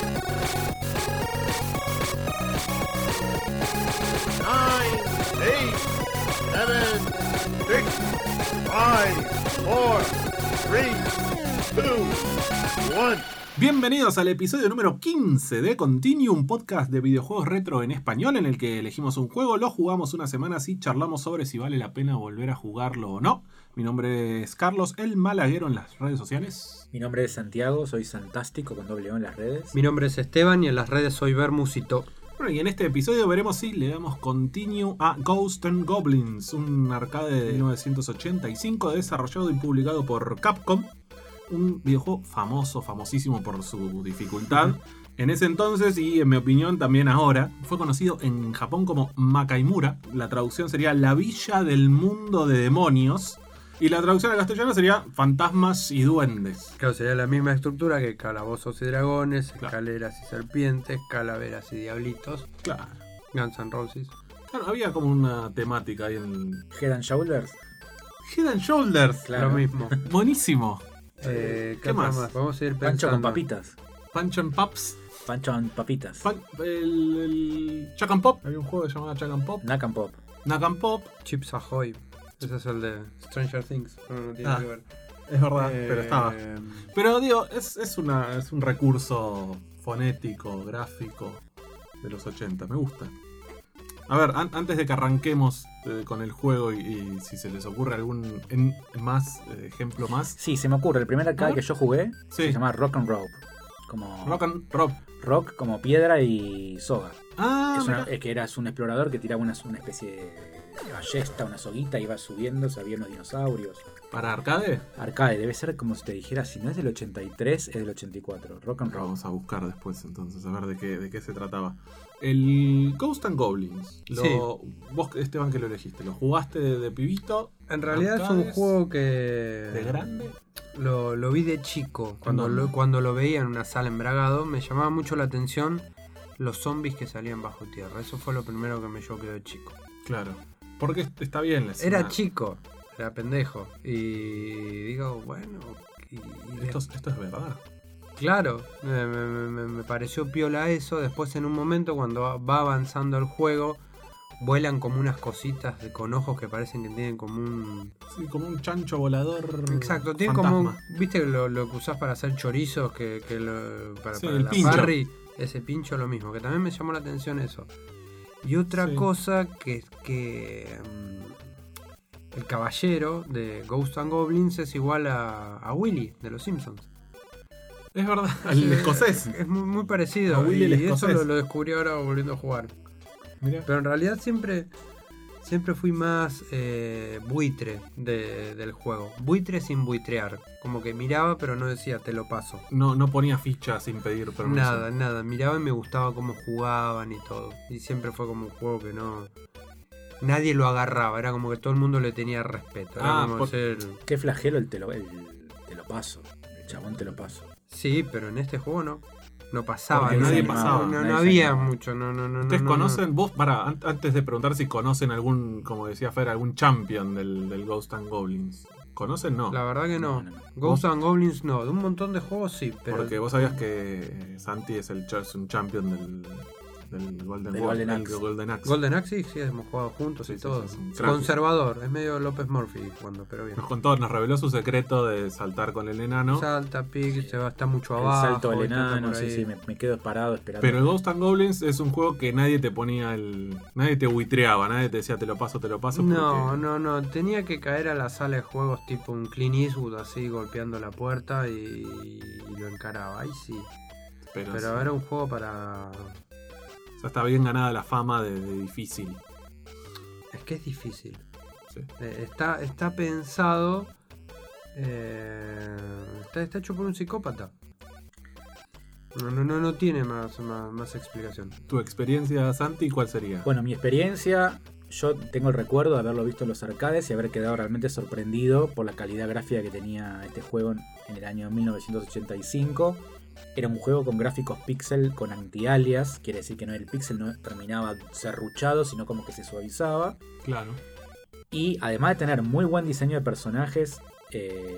Nine, 8, 7, 6, 5, 4, 3, 2, 1. Bienvenidos al episodio número 15 de Continuum, un podcast de videojuegos retro en español en el que elegimos un juego, lo jugamos una semana así, charlamos sobre si vale la pena volver a jugarlo o no. Mi nombre es Carlos, el Malaguero en las redes sociales. Mi nombre es Santiago, soy Santástico con doble O en las redes. Mi nombre es Esteban y en las redes soy Bermusito. Bueno, y en este episodio veremos si le damos continue a Ghosts 'n Goblins, un arcade de 1985 desarrollado y publicado por Capcom. Un videojuego famosísimo por su dificultad. En ese entonces, y en mi opinión también ahora, fue conocido en Japón como Makaimura. La traducción sería La Villa del Mundo de Demonios. Y la traducción al castellano sería Fantasmas y Duendes. Claro, sería la misma estructura que calabozos y dragones, Claro. escaleras y serpientes, calaveras y diablitos, Claro. Guns N' Roses. Claro, había como una temática ahí en Head and Shoulders. Head and Shoulders. Claro. Lo mismo. Buenísimo. ¿Qué ¿qué más? Podemos seguir Pancho pensando. con papitas. Punch and Pops. Pancho and papitas. El Chuck and Pop. Había un juego que se llamaba Chuck and Pop. Knack and Pop. Knack and Pop. Chips Ahoy. Ese es el de Stranger Things. No tiene Ah. que ver. Es verdad, pero estaba. Pero digo, es un recurso fonético, gráfico de los 80. Me gusta. A ver, antes de que arranquemos con el juego y si se les ocurre algún ejemplo más. Sí, se me ocurre. El primer arcade que yo jugué Sí. se llama Rock and Rope. Como Rock and Rob. rock como piedra y soga. Ah, Es que eras un explorador que tiraba una especie de ballesta, una soguita, iba subiendo, se había unos dinosaurios. ¿para arcade? Arcade, debe ser como si te dijera, si no es del 83, es del 84. Rock and Roll. Vamos a buscar después entonces, a ver de qué se trataba. El Ghosts 'n Goblins. Vos, Esteban, que lo elegiste. ¿Lo jugaste de pibito? En realidad es un ¿Arcades? juego que... ¿De grande? Lo vi de chico. Cuando lo veía en una sala en Bragado, me llamaba mucho la atención los zombies que salían bajo tierra. Eso fue lo primero que me choqueó de chico. Claro. Porque está bien. Era chico, era pendejo. Y digo, bueno... Esto es verdad. Claro, me pareció piola eso. Después en un momento cuando va avanzando el juego, vuelan como unas cositas con ojos que parecen que tienen como un... Sí, como un chancho volador. Exacto, tiene fantasma. como... ¿Viste lo que usás para hacer chorizos? Para el la pincho. parry? Ese pincho lo mismo, que también me llamó la atención eso. Y otra Sí. cosa que el caballero de Ghosts 'n Goblins es igual a Willy de los Simpsons. Es verdad, el escocés. Es muy parecido. A Willy el y eso escocés. lo descubrí ahora volviendo a jugar. Mirá. Pero en realidad siempre fui más buitre del juego. Buitre sin buitrear. Como que miraba pero no decía te lo paso. No ponía ficha sin pedir permiso. Nada. Miraba y me gustaba cómo jugaban y todo. Y siempre fue como un juego que no... Nadie lo agarraba. Era como que todo el mundo le tenía respeto. Era como ser... Qué flagelo el te lo paso. El chabón te lo paso. Sí, pero en este juego no pasaba. Porque nadie se pasaba. animaba, No nadie se había animaba. mucho. No. ¿Ustedes no. conocen? Vos, antes de preguntar si conocen algún, como decía Fer, algún champion del Ghosts 'n Goblins. ¿Conocen? No. La verdad que no. No. Ghosts 'n Goblins no. De un montón de juegos sí, pero... Porque vos sabías que Santi es un champion del Golden Del Axe. Golden Axe. Golden Axe. Golden Axe sí, hemos jugado juntos Sí, y sí, todo. sí, es un crack. Conservador, es medio López Murphy jugando, pero bien. Nos reveló su secreto de saltar con el enano. Salta, pique, se va, está mucho El abajo. salto del y trata enano, por ahí. sí, me quedo parado esperando. Pero el Ghosts 'n Goblins es un juego que nadie te ponía nadie te buitreaba, nadie te decía te lo paso. No, Porque... no, tenía que caer a la sala de juegos tipo un Clint Eastwood así golpeando la puerta y lo encaraba, ahí sí. Pero Pero sí. era un juego para... O sea, está bien ganada la fama de difícil. Es que es difícil. Sí. Está pensado... está hecho por un psicópata. No tiene más explicación. ¿Tu experiencia, Santi, cuál sería? Bueno, mi experiencia, yo tengo el recuerdo de haberlo visto en los arcades y haber quedado realmente sorprendido por la calidad gráfica que tenía este juego en el año 1985. Era un juego con gráficos pixel con anti-alias, quiere decir que el pixel no terminaba serruchado, sino como que se suavizaba. Claro. Y además de tener muy buen diseño de personajes,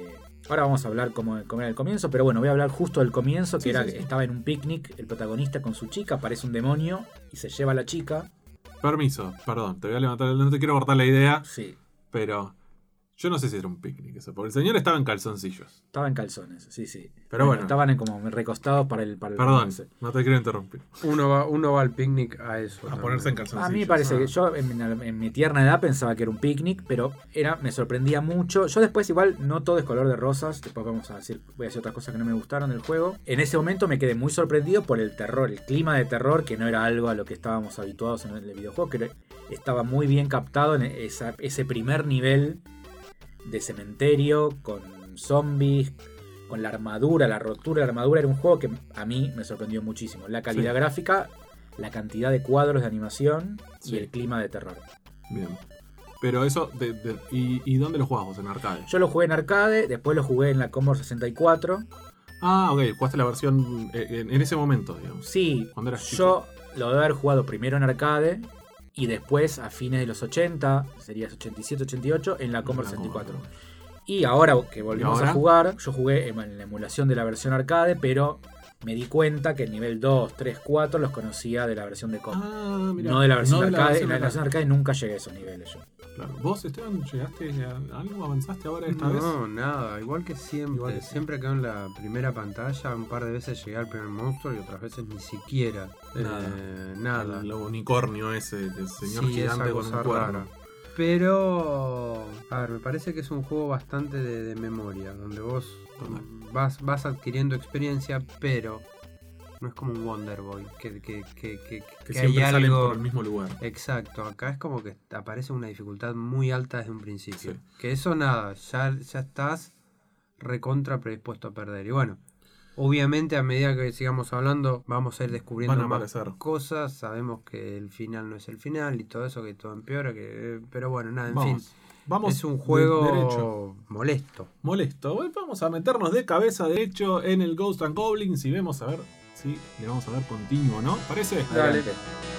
Ahora vamos a hablar cómo era el comienzo, pero bueno, voy a hablar justo del comienzo, que Sí. estaba en un picnic, el protagonista con su chica, aparece un demonio y se lleva a la chica. Permiso, perdón, te voy a levantar, no te quiero cortar la idea, Sí, pero yo no sé si era un picnic eso, porque el señor estaba en calzoncillos. estaba en calzones, sí. Pero bueno. Estaban como recostados para el Perdón, romance. no te quiero interrumpir. Uno va al picnic a eso. A también. ponerse en calzoncillos. A mí me parece que yo en mi tierna edad pensaba que era un picnic, pero me sorprendía mucho. Yo después igual no todo es color de rosas, después voy a decir otras cosas que no me gustaron del juego. En ese momento me quedé muy sorprendido por el terror, el clima de terror, que no era algo a lo que estábamos habituados en el videojuego, que estaba muy bien captado en ese primer nivel de cementerio, con zombies, con la armadura, la rotura de la armadura. Era un juego que a mí me sorprendió muchísimo. La calidad gráfica, la cantidad de cuadros de animación y el clima de terror. Bien. Pero eso, ¿y dónde lo jugás vos? ¿En arcade? Yo lo jugué en arcade, después lo jugué en la Commodore 64. Ah, ok, jugaste la versión en ese momento, digamos. Sí, Cuando eras yo lo debo haber jugado primero en arcade y después a fines de los 80, sería 87, 88, en la Commodore 64. Y ahora que volvimos a jugar, yo jugué en la emulación de la versión arcade, pero me di cuenta que el nivel 2, 3, 4 los conocía de la versión de Commodore. Ah, mira. No de la versión No de arcade. versión En la arcade. versión arcade nunca llegué a esos niveles yo. Claro. ¿Vos, Esteban, llegaste a algo? ¿Avanzaste ahora esta vez? No, nada, igual que siempre. Igual que siempre quedo en la primera pantalla, un par de veces llegué al primer monstruo y otras veces ni siquiera. Nada. El unicornio ese, el señor Sí, gigante esa con un cosa cuerno. rara. Pero, a ver, me parece que es un juego bastante de memoria, donde vos vas adquiriendo experiencia, pero no es como un Wonder Boy, que Que hay siempre salen algo. por el mismo lugar. Exacto, acá es como que aparece una dificultad muy alta desde un principio. Sí. Que eso nada, ya estás recontra predispuesto a perder. Y bueno, obviamente a medida que sigamos hablando vamos a ir descubriendo Van a más aparecer. cosas. Sabemos que el final no es el final y todo eso, que todo empeora. Pero bueno, nada, en Vamos. fin. Vamos Es un de juego derecho. molesto. Molesto. Hoy vamos a meternos de cabeza derecho en el Ghost and Goblins y vemos a ver si le vamos a dar continuo o no. ¿Parece? Dale. Adelante.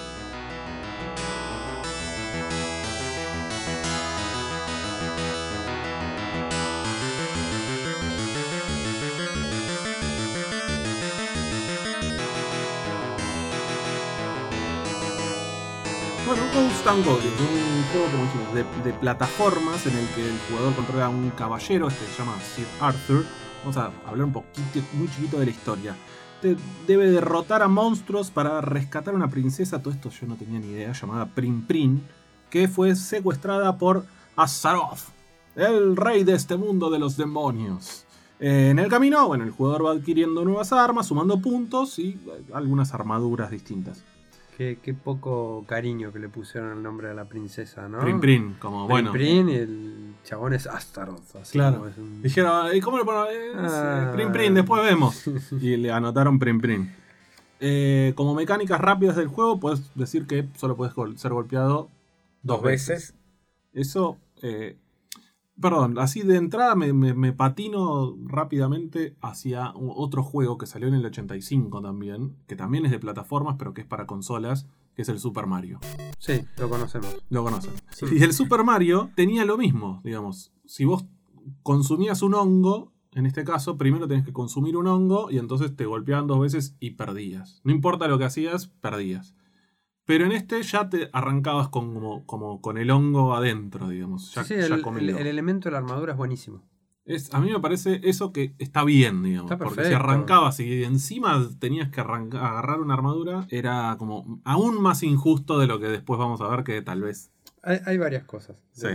Bueno, Ghost and Goblins, un juego, como dijimos, de plataformas en el que el jugador controla a un caballero, se llama Sir Arthur. Vamos a hablar un poquito, muy chiquito de la historia. Debe derrotar a monstruos para rescatar a una princesa, todo esto yo no tenía ni idea, llamada Prin Prin, que fue secuestrada por Azaroth, el rey de este mundo de los demonios. En el camino, bueno, el jugador va adquiriendo nuevas armas, sumando puntos y algunas armaduras distintas. Qué poco cariño que le pusieron el nombre de la princesa, ¿no? Prin Prin, como bueno. Prin y el chabón es Astaroth. Así Claro. como es un- Dijeron, ¿y cómo le ponen? Ah. Prin Prin, después vemos. Y le anotaron Prin Prin. Como mecánicas rápidas del juego, puedes decir que solo puedes ser golpeado Dos veces. Eso, perdón, así de entrada me patino rápidamente hacia otro juego que salió en el 85 también, que también es de plataformas, pero que es para consolas, que es el Super Mario. Sí, lo conocemos. Lo conocen. Sí. Y el Super Mario tenía lo mismo, digamos. Si vos consumías un hongo, en este caso, primero tenés que consumir un hongo y entonces te golpeaban dos veces y perdías. No importa lo que hacías, perdías. Pero en este ya te arrancabas como con el hongo adentro, digamos. Ya, Sí, ya el comido. elemento de la armadura es buenísimo. A mí me parece eso que está bien, digamos. Está Porque si perfecto. arrancabas y encima tenías que agarrar una armadura, era como aún más injusto de lo que después vamos a ver que tal vez. Hay varias cosas. Sí.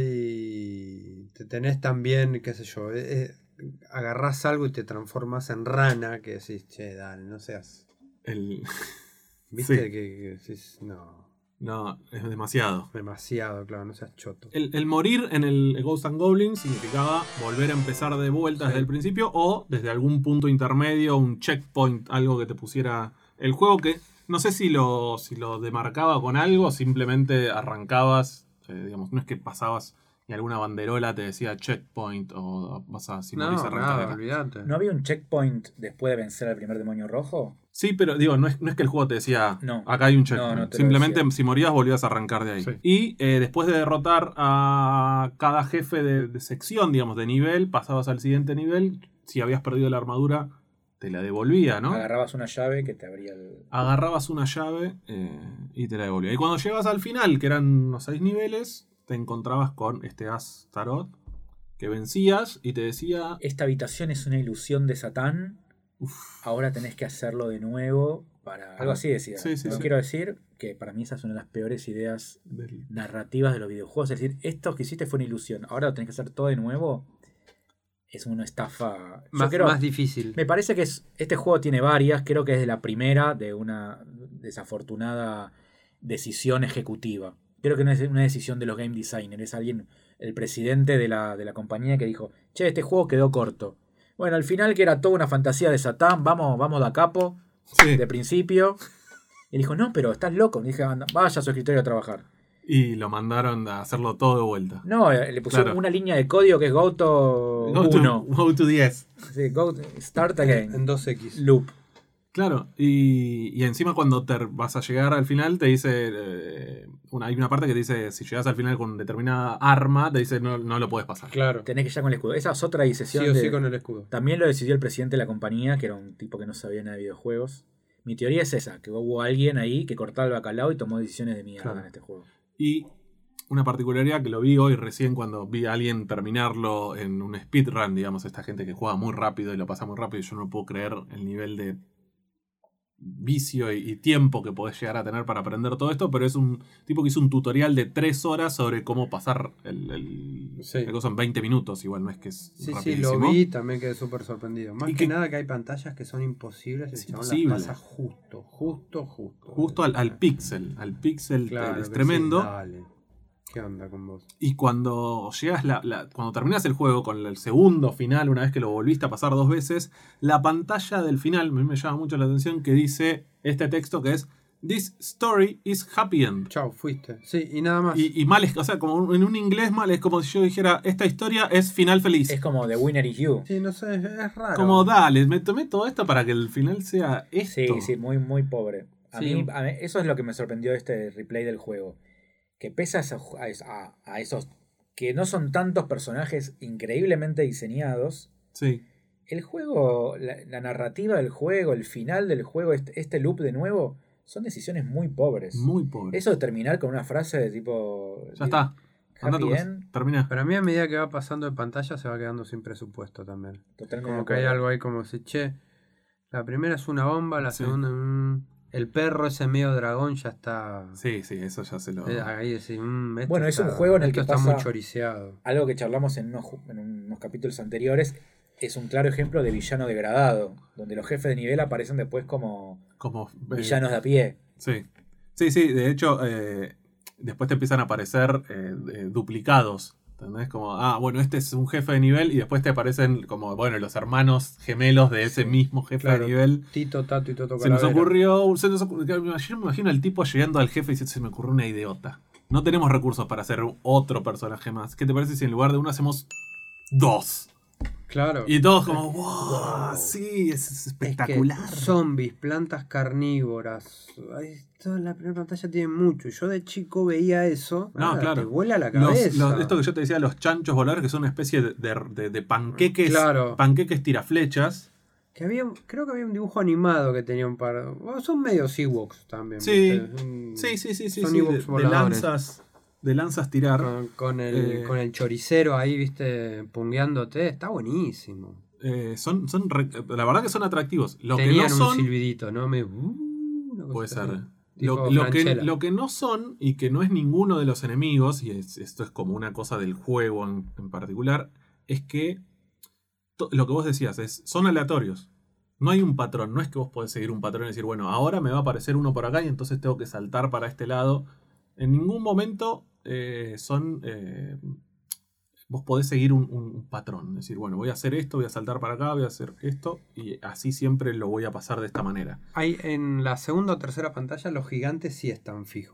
Tenés también, qué sé yo, agarrás algo y te transformas en rana, que decís, che, dale, no seas... El... ¿Viste? Sí. Que decís, no, No, es demasiado. demasiado, claro, no seas choto. El morir en el Ghost and Goblins significaba volver a empezar de vuelta Sí. desde el principio o desde algún punto intermedio, un checkpoint, algo que te pusiera el juego que no sé si lo demarcaba con algo o simplemente arrancabas, digamos, no es que pasabas y alguna banderola te decía checkpoint o vas a si morís No, arrancás de nada, acá. olvídate. ¿No había un checkpoint después de vencer al primer demonio rojo? Sí, pero digo, no es que el juego te decía, No. acá hay un No, checkpoint. no te lo Simplemente decía. si morías volvías a arrancar de ahí. Sí. Y después de derrotar a cada jefe de sección, digamos, de nivel, pasabas al siguiente nivel. Si habías perdido la armadura, te la devolvía, ¿no? Agarrabas una llave que te abría el... Agarrabas una llave y te la devolvía. Y cuando llegas al final, que eran unos 6 niveles, te encontrabas con este As Tarot que vencías y te decía... Esta habitación es una ilusión de Satán. Ahora tenés que hacerlo de nuevo para... Algo así decía. Sí, sí, No sí. quiero decir que para mí esa es una de las peores ideas del- narrativas de los videojuegos. Es decir, esto que hiciste fue una ilusión. Ahora lo tenés que hacer todo de nuevo. Es una estafa. Yo Más, creo- más difícil. Me parece que este juego tiene varias. Creo que es de la primera de una desafortunada decisión ejecutiva. Creo que no es una decisión de los game designers. Es alguien, el presidente de la compañía que dijo, che, este juego quedó corto. Bueno, al final que era toda una fantasía de Satán, vamos de a capo, Sí. de principio. Y dijo, no, pero estás loco. Y dije, "Anda, vaya a su escritorio a trabajar. Y lo mandaron a hacerlo todo de vuelta. No, le pusieron Claro. una línea de código que es go to Go to, 1. go to 10. Sí, start again. En 2X. Loop. Claro, y encima cuando vas a llegar al final te dice, hay una parte que te dice, si llegas al final con determinada arma, te dice no lo puedes pasar. Claro. Tenés que llegar con el escudo. Esa es otra decisión. Sí o sí con el escudo. También lo decidió el presidente de la compañía, que era un tipo que no sabía nada de videojuegos. Mi teoría es esa, que hubo alguien ahí que cortaba el bacalao y tomó decisiones de mierda Claro. en este juego. Y una particularidad que lo vi hoy recién cuando vi a alguien terminarlo en un speedrun, digamos, esta gente que juega muy rápido y lo pasa muy rápido, y yo no puedo creer el nivel de vicio y tiempo que podés llegar a tener para aprender todo esto, pero es un tipo que hizo un tutorial de 3 horas sobre cómo pasar Sí. el cosa en 20 minutos, igual no es que es Sí, rapidísimo. lo vi, también quedé súper sorprendido. Más Y que nada que hay pantallas que son imposibles y Es el chabón imposible. las pasa justo. Justo al pixel, Claro, es que tremendo. sí, dale. ¿Qué onda con vos? Y cuando llegas, cuando terminas el juego con el segundo final, una vez que lo volviste a pasar 2 veces, la pantalla del final, a mí me llama mucho la atención, que dice este texto que es This story is happy end. Chau, fuiste. Sí, y nada más. Y mal es, o sea, como en un inglés mal, es como si yo dijera, esta historia es final feliz. Es como The Winner is You. Sí, no sé, es raro. Como dale, me tomé todo esto para que el final sea esto. Sí, sí, muy, muy pobre. A Sí. mí, eso es lo que me sorprendió de este replay del juego. Que pese a esos que no son tantos personajes increíblemente diseñados, Sí. el juego, la narrativa del juego, el final del juego, este loop de nuevo, son decisiones muy pobres. Muy pobre. Eso de terminar con una frase de tipo... Ya está. Andá a tu Happy casa. end, Termina. Para mí a medida que va pasando de pantalla se va quedando sin presupuesto también. totalmente Como de que hay acuerdo. algo ahí como si, che, la primera es una bomba, la Sí. segunda... el perro ese medio dragón ya está... Sí, sí, eso ya se lo... Ahí decís, esto Bueno, es un está- juego en el esto que está pasa- muy choriceado. Algo que charlamos en unos capítulos anteriores es un claro ejemplo de villano degradado, donde los jefes de nivel aparecen después como Como... villanos de a pie. Sí. Sí, sí, de hecho, después te empiezan a aparecer duplicados. ¿Entendés? Como, bueno, este es un jefe de nivel y después te aparecen como, bueno, los hermanos gemelos de ese mismo jefe Claro. de nivel. Tito, Tato y Toto Se nos Calavera. ocurrió, yo me imagino al tipo llegando al jefe y diciendo, se me ocurrió una idiota. No tenemos recursos para hacer otro personaje más. ¿Qué te parece si en lugar de uno hacemos 2? Claro. Y todos como, wow, sí, es espectacular. Es que zombies, plantas carnívoras. La primera pantalla tiene mucho. Yo de chico veía eso. No, claro. Te vuela la cabeza. Esto que yo te decía, los chanchos voladores, que son una especie de panqueques, Claro. panqueques tiraflechas. Creo que había un dibujo animado que tenía un par. Bueno, son medio Ewoks también. Sí. ¿viste? Sí, Son sí, Ewoks voladores. de lanzas tirar. Con Eh. el choricero ahí, viste, pungueándote. Está buenísimo. La verdad que son atractivos. Lo Tenían que no un son, silbidito, ¿no? Una puede cosita ser. así. Tipo Lo que, Franchella. lo que no son, y que no es ninguno de los enemigos, y esto es como una cosa del juego en particular, es que lo que vos decías son aleatorios. No hay un patrón, no es que vos podés seguir un patrón y decir, bueno, ahora me va a aparecer uno por acá y entonces tengo que saltar para este lado. En ningún momento vos podés seguir un patrón. Es decir, bueno, voy a hacer esto, voy a saltar para acá, voy a hacer esto, y así siempre lo voy a pasar de esta manera. En la segunda o tercera pantalla los gigantes sí están fijos.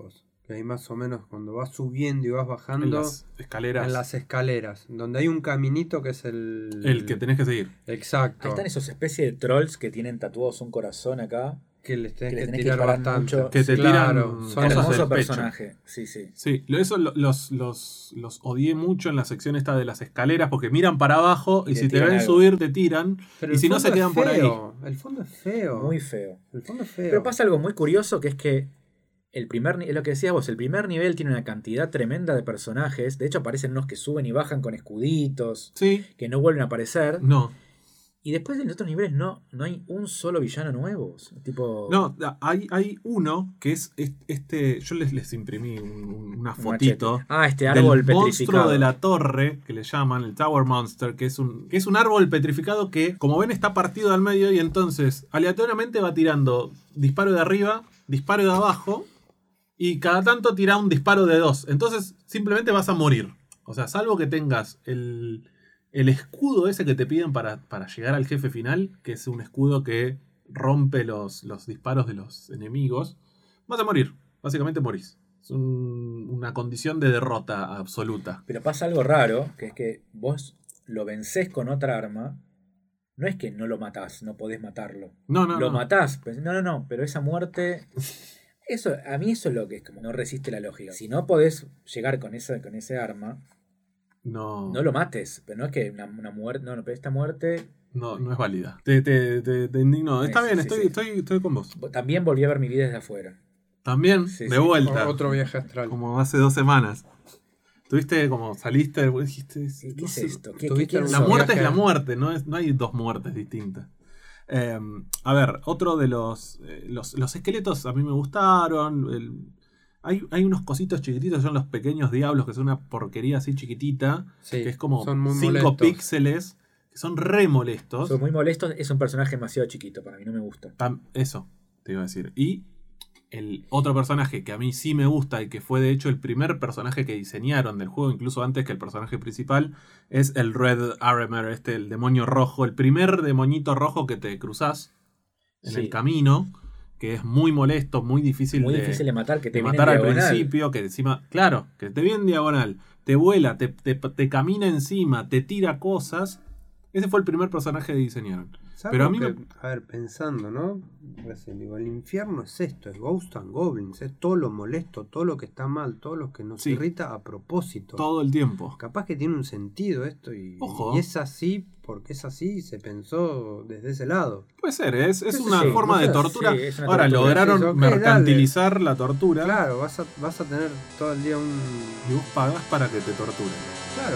que hay más o menos cuando vas subiendo y vas bajando. En las escaleras. En las escaleras, donde hay un caminito que es El que tenés que seguir. Exacto. Ahí están esos especies de trolls que tienen tatuados un corazón acá. Que les tenés que que les tenés que tirar disparar bastante. mucho. Que te Claro, tiran son cosas Hermoso del pecho. personaje. Sí, sí. Sí, eso los odié mucho en la sección esta de las escaleras porque miran para abajo y Te si te tiran ven algo. subir te tiran Pero y el si no fondo se es quedan por ahí. feo. El fondo es feo. Muy feo. El fondo es feo. Pero pasa algo muy curioso que es que es lo que decías vos, el primer nivel tiene una cantidad tremenda de personajes. De hecho aparecen unos que suben y bajan con escuditos, Sí, que no vuelven a aparecer. no. Y después en los otros niveles no hay un solo villano nuevo. Tipo. No, hay uno que es este. Yo les imprimí una un fotito. machete. Ah, este árbol del petrificado. monstruo de la torre, que le llaman el Tower Monster, que es un árbol petrificado que, como ven, está partido al medio y entonces aleatoriamente va tirando disparo de arriba, disparo de abajo y cada tanto tira un disparo de 2. Entonces simplemente vas a morir. O sea, salvo que tengas el escudo ese que te piden para llegar al jefe final, que es un escudo que rompe los disparos de los enemigos, vas a morir. Básicamente morís. Es una condición de derrota absoluta. Pero pasa algo raro, que es que vos lo vencés con otra arma. No es que no lo matás, no podés matarlo. No. Lo matás. No, pero esa muerte. A mí eso es lo que es como no resiste la lógica. Si no podés llegar con ese arma, No no lo mates. Pero no es que una muerte. No, pero esta muerte. no es válida. Te indigno. Está Sí, bien, sí, estoy con vos. También volví a ver mi vida desde afuera. También, Sí, de sí. vuelta. Otro viaje astral. Como hace 2 semanas. Tuviste como saliste, dijiste. ¿Qué no es sé, esto? ¿tuviste ¿Quién algún La soy? muerte es viaje? la muerte, no hay dos muertes distintas. A ver, otro de los esqueletos a mí me gustaron. Hay unos cositos chiquititos, son los pequeños diablos, que son una porquería así chiquitita, Sí, que es como son muy 5 molestos. píxeles, que son re molestos. Soy muy molesto. Es un personaje demasiado chiquito para mí, no me gusta. Eso, te iba a decir. Y el otro personaje que a mí sí me gusta y que fue de hecho el primer personaje que diseñaron del juego, incluso antes que el personaje principal, es el Red Armor, el demonio rojo, el primer demonito rojo que te cruzás en Sí. el camino, que es muy molesto, muy difícil Muy difícil de matar, que te de viene matar en al diagonal. principio, que encima, claro, que te viene en diagonal, te vuela, te camina encima, te tira cosas. Ese fue el primer personaje que diseñaron. ¿Sabes Pero a lo mí que- A ver, pensando, ¿no? Recién digo, el infierno es esto, es Ghosts and Goblins, es todo lo molesto, todo lo que está mal, todo lo que nos Sí. irrita a propósito. Todo el tiempo. Capaz que tiene un sentido esto Ojo. y es así porque es así y se pensó desde ese lado. Puede ser, es Sí, una sí, forma de sí, tortura. es una Ahora, tortura. lograron Sí, ok, mercantilizar la tortura Claro, vas a tener todo el día un... y vos pagás para que te torturen. Claro.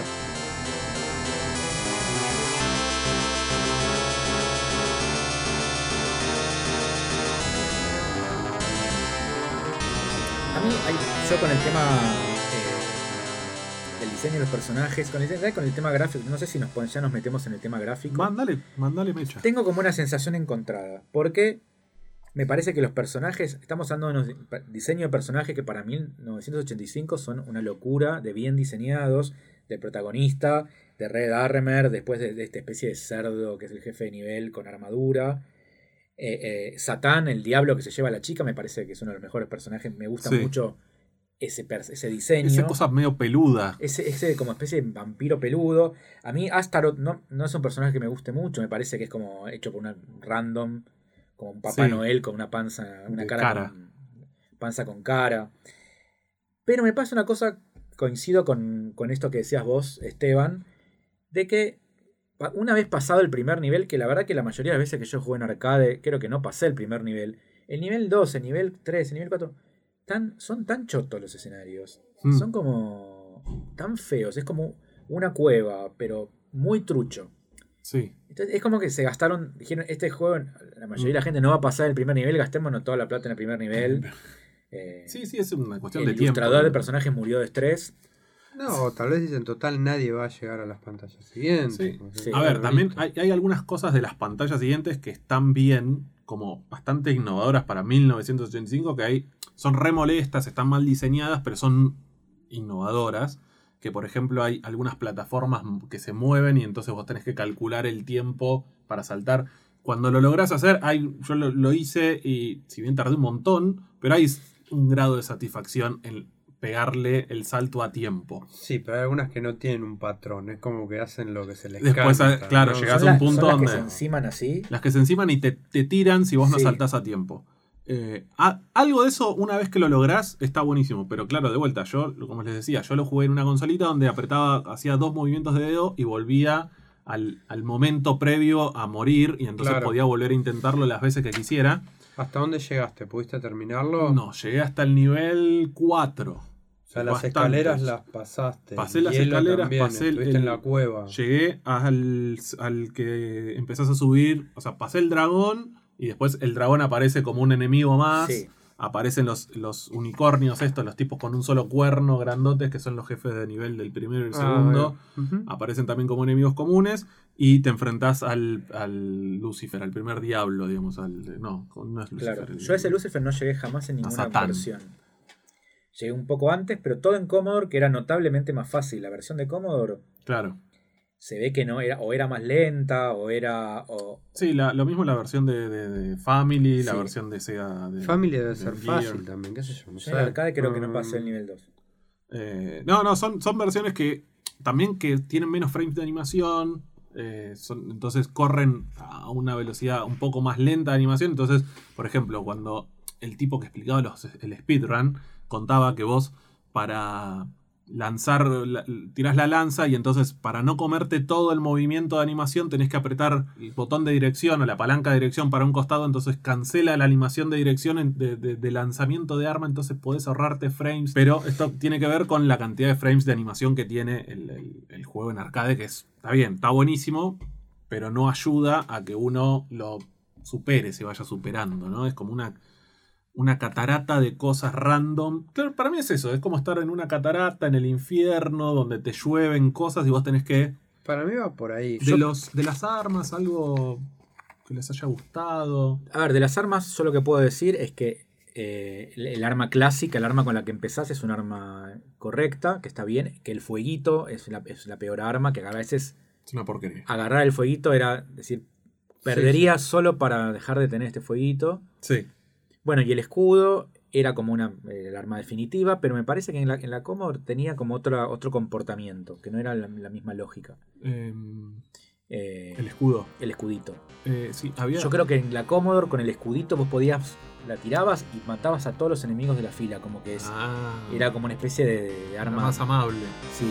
A mí, yo con el tema del diseño de los personajes, con el tema gráfico, no sé si ya nos metemos en el tema gráfico. Mandale mecha. Tengo como una sensación encontrada, porque me parece que los personajes, estamos hablando de unos diseños de personajes que para 1985 son una locura, de bien diseñados, del protagonista, de Red Armor, después de esta especie de cerdo que es el jefe de nivel con armadura. Satán, el diablo que se lleva a la chica, me parece que es uno de los mejores personajes. Me gusta Sí. mucho ese diseño. Esa cosa medio peluda. Ese como especie de vampiro peludo. A mí Astaroth no es un personaje que me guste mucho. Me parece que es como hecho por una random, como un Papá Sí. Noel con una panza, una De cara, cara. panza con cara. Pero me pasa una cosa, coincido con esto que decías vos, Esteban, de que una vez pasado el primer nivel, que la verdad que la mayoría de las veces que yo jugué en arcade, creo que no pasé el primer nivel. El nivel 2, el nivel 3, el nivel 4, son tan chotos los escenarios. Son como tan feos. Es como una cueva, pero muy trucho. Sí. Entonces, es como que se gastaron, dijeron, este juego, la mayoría de la gente no va a pasar el primer nivel, gastémonos toda la plata en el primer nivel. Sí, es una cuestión El de tiempo. ilustrador del personaje murió de estrés. No, tal vez dicen total nadie va a llegar a las pantallas siguientes. Sí. O sea, Sí. A ver, listo. también hay algunas cosas de las pantallas siguientes que están bien, como bastante innovadoras para 1985, que son re molestas, están mal diseñadas, pero son innovadoras. Que por ejemplo hay algunas plataformas que se mueven y entonces vos tenés que calcular el tiempo para saltar. Cuando lo lográs hacer, yo lo hice y si bien tardé un montón, pero hay un grado de satisfacción en pegarle el salto a tiempo. Sí, pero hay algunas que no tienen un patrón. Es como que hacen lo que se les Después, canta, claro, ¿no? llegás Son a un las- punto son las donde... que se enciman así. Las que se enciman y te tiran si vos no Sí. saltás a tiempo. Algo de eso, una vez que lo lográs, está buenísimo. Pero claro, de vuelta, yo, como les decía, yo lo jugué en una consolita donde hacía 2 movimientos de dedo y volvía al momento previo a morir. Y entonces Claro. podía volver a intentarlo las veces que quisiera. ¿Hasta dónde llegaste? ¿Pudiste terminarlo? No, llegué hasta el nivel 4. O sea, las Bastantes. escaleras las pasaste. Pasé las Hielo escaleras, también, pasé estuviste en la cueva. Llegué al que empezás a subir. O sea, pasé el dragón y después el dragón aparece como un enemigo más. Sí. Aparecen los unicornios estos, los tipos con un solo cuerno grandotes, que son los jefes de nivel del primero y el segundo. Ujú. Aparecen también como enemigos comunes. Y te enfrentás al Lucifer, al primer diablo, digamos. No es Lucifer. Claro. Yo a ese Lucifer no llegué jamás en ninguna Satán. versión. Llegué un poco antes, pero todo en Commodore, que era notablemente más fácil. La versión de Commodore Claro. se ve que no era, o era más lenta, o era. Sí, lo mismo la versión de Family, la Sí. versión de Sega. Family debe de ser Gear. fácil también, qué sé yo. No Yo sé. en el arcade creo que no pasé el nivel 2. No, son versiones que también que tienen menos frames de animación. Entonces corren a una velocidad un poco más lenta de animación. Entonces, por ejemplo, cuando el tipo que explicaba el speedrun contaba que vos para lanzar, tirás la lanza y entonces para no comerte todo el movimiento de animación tenés que apretar el botón de dirección o la palanca de dirección para un costado, entonces cancela la animación de dirección de lanzamiento de arma, entonces podés ahorrarte frames, pero esto tiene que ver con la cantidad de frames de animación que tiene el juego en arcade, que está bien, está buenísimo, pero no ayuda a que uno lo supere, se vaya superando, ¿no? Es como una catarata de cosas random. Claro, para mí es eso, es como estar en una catarata en el infierno donde te llueven cosas y vos tenés que... Para mí va por ahí. De las armas, algo que les haya gustado. A ver, de las armas, yo lo que puedo decir es que el arma clásica, el arma con la que empezás, es un arma correcta, que está bien, que el fueguito es la peor arma, que a veces Es una porquería. agarrar el fueguito era decir, perdería solo para dejar de tener este fueguito. Sí. Bueno, y el escudo era como el arma definitiva, pero me parece que en la Commodore tenía como otro comportamiento, que no era la misma lógica. El escudo. El escudito. Sí, había... Yo creo que en la Commodore con el escudito vos la tirabas y matabas a todos los enemigos de la fila, como que era como una especie de arma más amable. Sí.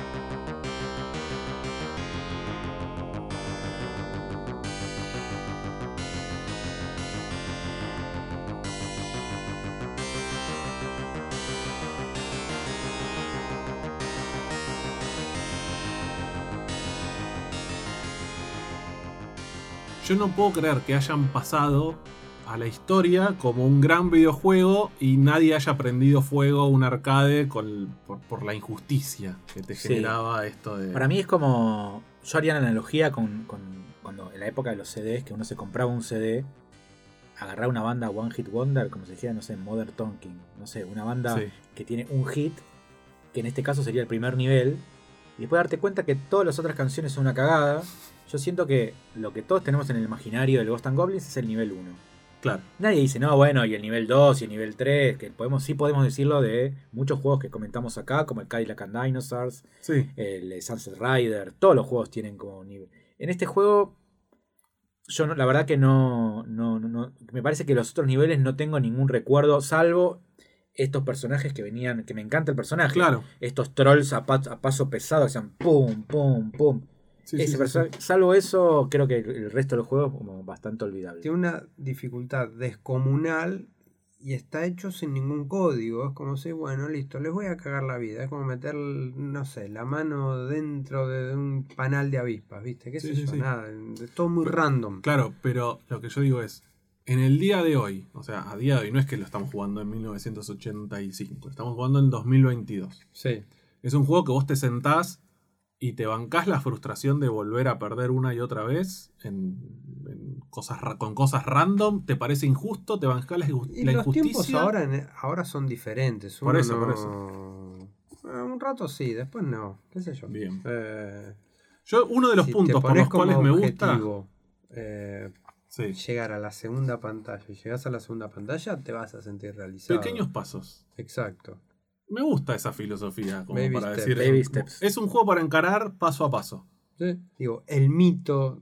Yo no puedo creer que hayan pasado a la historia como un gran videojuego y nadie haya prendido fuego a un arcade por la injusticia que te Sí. generaba esto de... Para mí es como. Yo haría la analogía con cuando en la época de los CDs, que uno se compraba un CD, agarrar una banda One Hit Wonder, como se dijera, no sé, Modern Talking, no sé, una banda Sí. que tiene un hit, que en este caso sería el primer nivel, y después darte cuenta que todas las otras canciones son una cagada. Yo siento que lo que todos tenemos en el imaginario del Ghosts and Goblins es el nivel 1. Claro. Nadie dice, no, bueno, y el nivel 2 y el nivel 3, que sí podemos decirlo de muchos juegos que comentamos acá, como el Cadillac and Dinosaurs, Sí. el Sunset Rider, todos los juegos tienen como nivel. En este juego, yo la verdad que no, me parece que los otros niveles no tengo ningún recuerdo, salvo estos personajes que venían, que me encanta el personaje. Claro. Estos trolls a paso pesado que hacían pum, pum, pum. Sí, Ese sí, personaje, sí. salvo eso, creo que el resto de los juegos como bastante olvidable. Tiene una dificultad descomunal y está hecho sin ningún código. Es como si, bueno, listo, les voy a cagar la vida. Es como meter, no sé, la mano dentro de un panal de avispas, ¿viste? ¿Qué Sí, sé sí, yo? sí. Nada, es todo muy random. Claro, pero lo que yo digo es, en el día de hoy, o sea, a día de hoy, no es que lo estamos jugando en 1985, estamos jugando en 2022. Sí. Es un juego que vos te sentás y te bancás la frustración de volver a perder una y otra vez con cosas random, te parece injusto, te bancás la Y la los tiempos injusticia. ahora son diferentes. Por Uno eso, por Un rato sí, después no. ¿Qué sé yo? Bien. Eh, Yo, uno de los si puntos te por pones los cuales como me gusta... objetivo, Sí. llegar a la segunda pantalla. Y llegás a la segunda pantalla, te vas a sentir realizado. Pequeños pasos. Exacto. Me gusta esa filosofía, como Baby para steps. decir. Baby steps. Es un juego para encarar paso a paso. Sí. Digo, el mito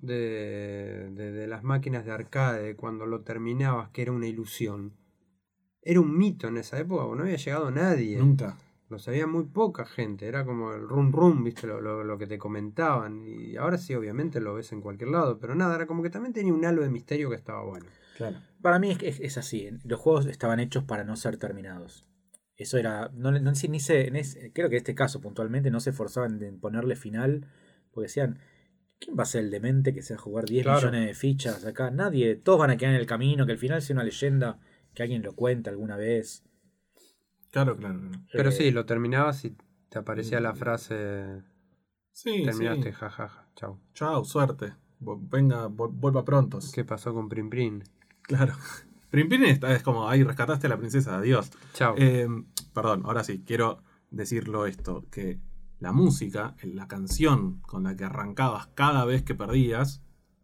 de las máquinas de arcade, cuando lo terminabas, que era una ilusión. Era un mito en esa época, porque no había llegado nadie. Nunca. Lo sabía muy poca gente. Era como el rum rum, ¿viste? Lo que te comentaban. Y ahora sí, obviamente lo ves en cualquier lado. Pero nada, era como que también tenía un halo de misterio que estaba bueno. Claro. Para mí es así. Los juegos estaban hechos para no ser terminados. Eso era. Creo que en este caso puntualmente no se esforzaban en ponerle final. Porque decían, ¿quién va a ser el demente que se va a jugar 10 Claro. millones de fichas acá? Nadie. Todos van a quedar en el camino. Que al final sea una leyenda que alguien lo cuenta alguna vez. Claro. Pero Eh, sí, lo terminabas y te aparecía la frase. Sí, Terminaste, sí. jajaja, chau. Chao, suerte. Vuelva pronto. ¿Qué pasó con Prim Prim? Claro. Prim Prim es como, ahí rescataste a la princesa, adiós. Chau. Perdón, ahora sí, quiero decirlo esto, que la música, la canción con la que arrancabas cada vez que perdías,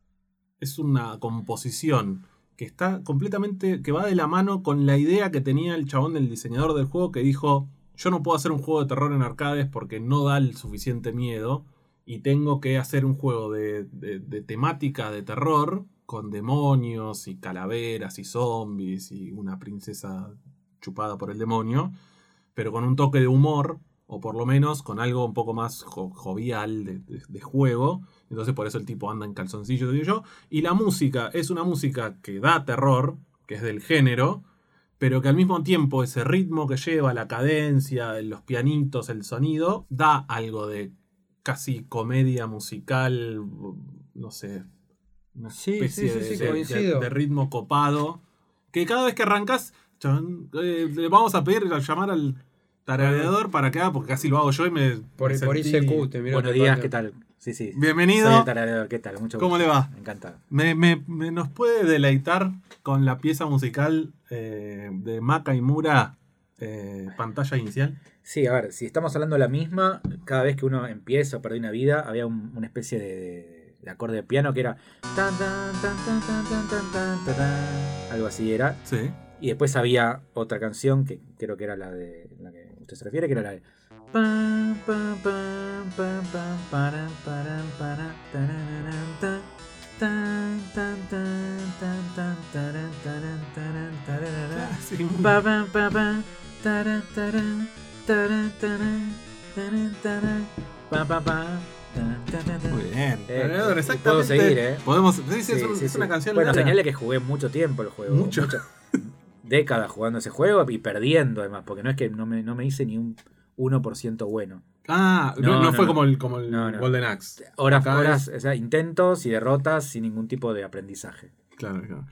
es una composición que está completamente, que va de la mano con la idea que tenía el chabón del diseñador del juego, que dijo, yo no puedo hacer un juego de terror en arcades porque no da el suficiente miedo y tengo que hacer un juego de temática de terror con demonios y calaveras y zombies y una princesa chupada por el demonio, pero con un toque de humor, o por lo menos con algo un poco más jovial de juego. Entonces por eso el tipo anda en calzoncillos, digo yo. Y la música es una música que da terror, que es del género, pero que al mismo tiempo ese ritmo que lleva, la cadencia, los pianitos, el sonido, da algo de casi comedia musical, no sé, una Sí, especie sí, coincido. de ritmo copado, que cada vez que arrancas, le vamos a pedir llamar al tarareador para acá, porque casi lo hago yo y me Por sentí- ICQ, te miro. Buenos días, ¿qué tal? Sí, sí. Bienvenido. Soy el tarareador, ¿qué tal? Mucho gusto. ¿Cómo le va? Encantado. ¿Nos puede deleitar con la pieza musical de Maka y Mura, pantalla inicial? Sí, a ver, si estamos hablando de la misma, cada vez que uno empieza o pierde una vida, había una especie de acorde de piano que era tan, tan, tan, tan, tan, tan, tan, tan, tan, tan, algo así era. Sí. Y después había otra canción que creo que era la que usted se refiere, que era la de pam, pam, pam, pam, pam, param, param, param, tararán, tan, tan, tan, tan, tan, tan, tarán, tarán, tarán, tararán. Sí, Pa, pa, pa, pa, tarán, tarán, tarán, tarán, tarán, tarán, pa, pa, pa, tarán, tarán, tarán. muy bien. Y Exactamente. puedo seguir, Podemos, sí, Sí, es, sí, es sí. una canción Bueno, larga. señale que jugué mucho tiempo el juego. Mucho. Muchas décadas jugando ese juego y perdiendo además, porque no es que no me hice ni un 1% bueno. Ah, no, No, fue no. como el No, no. Golden Axe. Horas, Acá o sea, intentos y derrotas sin ningún tipo de aprendizaje. Claro.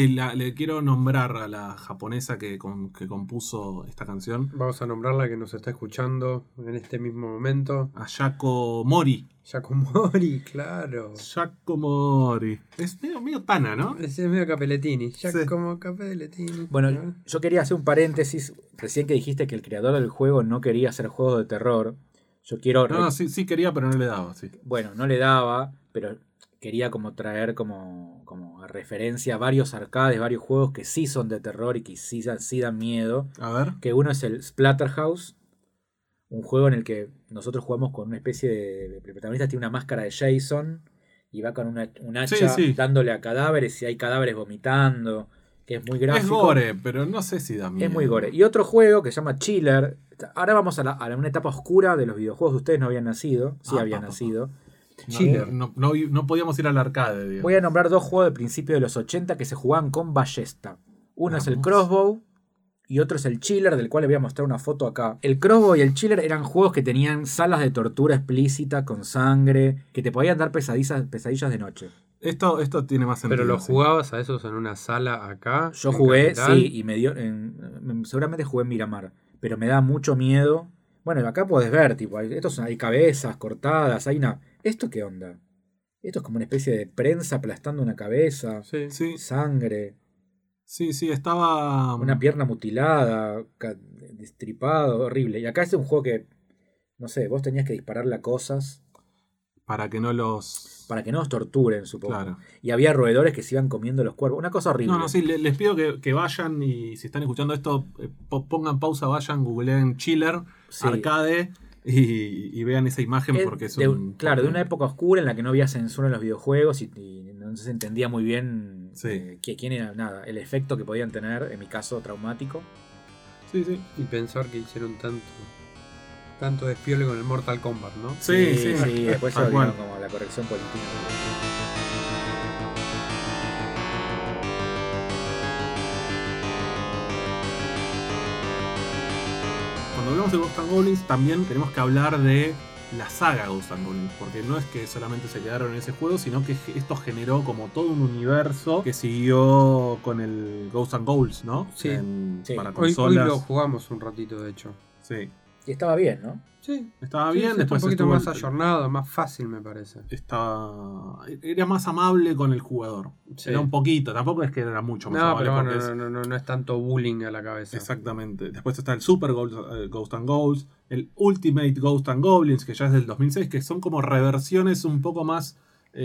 Le quiero nombrar a la japonesa que compuso esta canción, Vamos a nombrarla que nos está escuchando en este mismo momento. a Yako Mori. Yakumori, claro. Yako Mori. Es medio tana, ¿no? Es medio Capellettini. Sí. Como Capellettini. Bueno, yo quería hacer un paréntesis. Recién que dijiste que el creador del juego no quería hacer juegos de terror. Yo quiero... No, sí quería, pero no le daba, sí. Bueno, no le daba, pero quería como traer como a referencia varios arcades, varios juegos que sí son de terror y que sí dan miedo. A ver. Que uno es el Splatterhouse, un juego en el que nosotros jugamos con una especie de... El protagonista tiene una máscara de Jason y va con un hacha Sí. dándole a cadáveres y hay cadáveres vomitando, que es muy gráfico. Es gore, pero no sé si da miedo. Es muy gore. Y otro juego que se llama Chiller. Ahora vamos a una etapa oscura de los videojuegos. Ustedes no habían nacido. Sí habían nacido. Chiller. No podíamos ir al arcade, digamos. Voy a nombrar dos juegos del principio de los 80 que se jugaban con ballesta. Uno es el Vamos. Crossbow y otro es el Chiller, del cual les voy a mostrar una foto acá. El Crossbow y el Chiller eran juegos que tenían salas de tortura explícita con sangre, que te podían dar pesadillas de noche. Esto tiene más sentido. Pero lo sí. jugabas a esos en una sala acá. Yo en jugué, Capital. sí, y me dio. Seguramente jugué en Miramar, pero me da mucho miedo. Bueno, acá podés ver, tipo, hay cabezas cortadas, hay una. ¿Esto qué onda? Esto es como una especie de prensa aplastando una cabeza, Sí. Sí, sangre, sí, estaba... una pierna mutilada, destripado, horrible. Y acá es un juego que, no sé, vos tenías que dispararle a cosas. Para que no los para que no nos torturen, supongo. Claro. Y había roedores que se iban comiendo los cuerpos. Una cosa horrible. No, sí, les pido que vayan y si están escuchando esto, pongan pausa, vayan, googleen Chiller, Sí. arcade y vean esa imagen porque es un... Claro, de una época oscura en la que no había censura en los videojuegos y no se entendía muy bien Sí. quién era, nada, el efecto que podían tener, en mi caso traumático. Sí, sí. Y pensar que hicieron tanto despiole con el Mortal Kombat, ¿no? Sí, después se tal volvieron cual. como la corrección política. Cuando hablamos de Ghosts and Goblins también tenemos que hablar de la saga Ghosts and Goblins, porque no es que solamente se quedaron en ese juego, sino que esto generó como todo un universo que siguió con el Ghosts and Goals, ¿no? Sí. Sí. Para Hoy consolas. lo jugamos un ratito, de hecho. Sí. Y estaba bien, ¿no? Sí. Estaba Sí, bien, sí, después un poquito estuvo más ayornado, más fácil me parece. era más amable con el jugador. Sí. Era un poquito, tampoco es que era mucho más No, amable. pero bueno, porque no es tanto bullying a la cabeza. Exactamente. Después está el Super Ghost and Goals, el Ultimate Ghost and Goblins, que ya es del 2006, que son como reversiones un poco más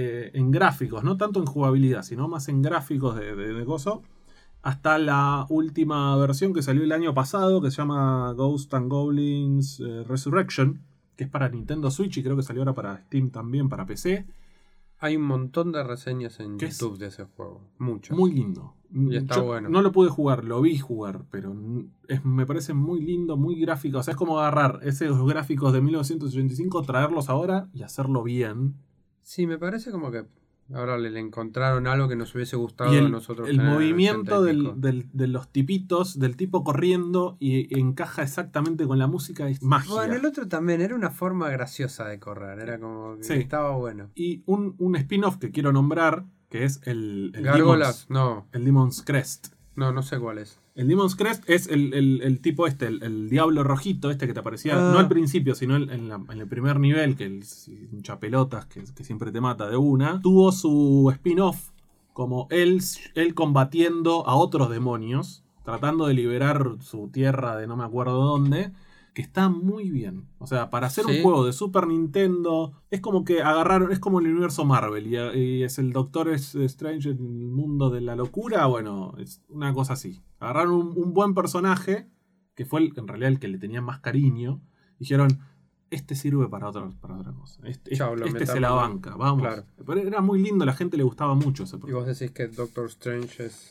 en gráficos, no tanto en jugabilidad, sino más en gráficos de gozo. Hasta la última versión que salió el año pasado, que se llama Ghost and Goblins Resurrection, que es para Nintendo Switch y creo que salió ahora para Steam también, para PC. Hay un montón de reseñas en ¿Qué es? YouTube de ese juego. Muchas. Muy lindo. Y está Yo bueno. no lo pude jugar, lo vi jugar, pero me parece muy lindo, muy gráfico. O sea, es como agarrar esos gráficos de 1985, traerlos ahora y hacerlo bien. Sí, me parece como que ahora le encontraron algo que nos hubiese gustado Y a nosotros. el tener en movimiento 80 y pico. de los tipitos, del tipo corriendo y encaja exactamente con la música, es magia. Bueno, el otro también era una forma graciosa de correr. Era como que Sí. estaba bueno. Y un spin-off que quiero nombrar, que es el Gárgolas, no. el Demon's Crest. No sé cuál es. El Demon's Crest es el tipo el diablo rojito este que te aparecía, Ah. no al principio, sino en el primer nivel, que es hincha pelotas, que siempre te mata de una. Tuvo su spin-off como él combatiendo a otros demonios, tratando de liberar su tierra de no me acuerdo dónde, que está muy bien. O sea, para hacer un Sí. juego de Super Nintendo, es como que agarraron, es como el universo Marvel, y es el Doctor Strange en el mundo de la locura, bueno, es una cosa así. Agarraron un buen personaje, que fue en realidad el que le tenían más cariño, dijeron, este sirve para otra cosa. Chau, lo Este se metamos, la ¿no? banca, vamos. Claro. Pero era muy lindo, a la gente le gustaba mucho ese Y personaje. vos decís que Doctor Strange es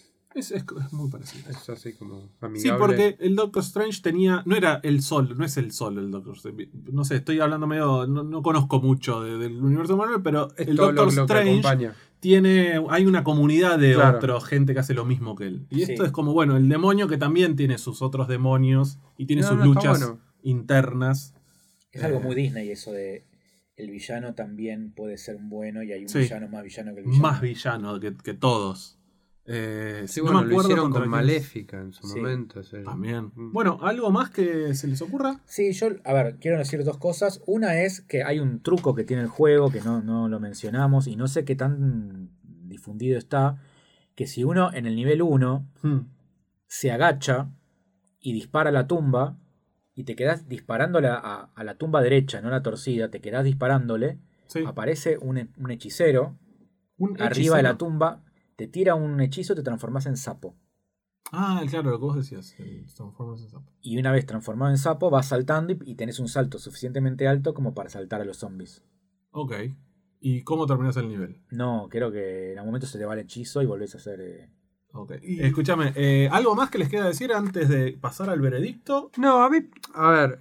muy parecido. así como amigable. Sí, porque el Doctor Strange tenía. No era el sol, no es el sol el Doctor Strange. No sé, estoy hablando medio. No conozco mucho del universo Marvel, pero es el todo Doctor lo que Strange acompaña. hay una comunidad de Claro. otra gente que hace lo mismo que él. Y Sí. esto es como, bueno, el demonio que también tiene sus otros demonios y tiene No, sus no, está luchas bueno. internas. Es algo muy Disney eso de el villano también puede ser un bueno y hay un Sí. villano más villano que el villano. Más villano que todos. Sí, no bueno, me lo acuerdo hicieron contra con quién- Maléfica en su Sí. momento. ese- También. Mm. Bueno, ¿algo más que se les ocurra? Sí, yo, a ver, quiero decir dos cosas. Una es que hay un truco que tiene el juego que no lo mencionamos y no sé qué tan difundido está, que si uno en el nivel 1 se agacha y dispara a la tumba y te quedas disparándole a la tumba derecha, no a la torcida, te quedas disparándole, Sí. aparece un hechicero Un arriba de la hechicero. tumba, te tira un hechizo, te transformas en sapo. Ah, claro, lo que vos decías. El Transformers en sapo. Y una vez transformado en sapo, vas saltando y tenés un salto suficientemente alto como para saltar a los zombies. Ok. ¿Y cómo terminás el nivel? No, creo que en algún momento se te va el hechizo y volvés a hacer... Ok. Escúchame, ¿algo más que les queda decir antes de pasar al veredicto? No, a ver,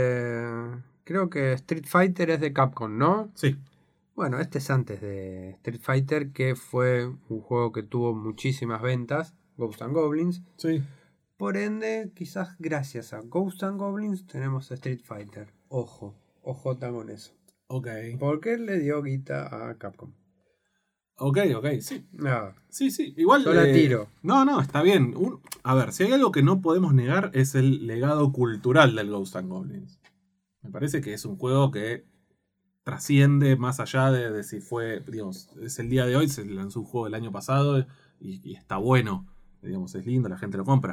creo que Street Fighter es de Capcom, ¿no? Sí. Bueno, este es antes de Street Fighter, que fue un juego que tuvo muchísimas ventas, Ghosts and Goblins. Sí. Por ende, quizás gracias a Ghosts and Goblins tenemos Street Fighter. Ojo, ojota con eso. Ok. Porque le dio guita a Capcom. Ok, sí. Nada. Sí, sí. Igual. Yo la tiro. No, está bien. A ver, si hay algo que no podemos negar es el legado cultural del Ghosts and Goblins. Me parece que es un juego que trasciende más allá de si fue, digamos, es el día de hoy, se lanzó un juego el año pasado y está bueno, digamos, es lindo, la gente lo compra.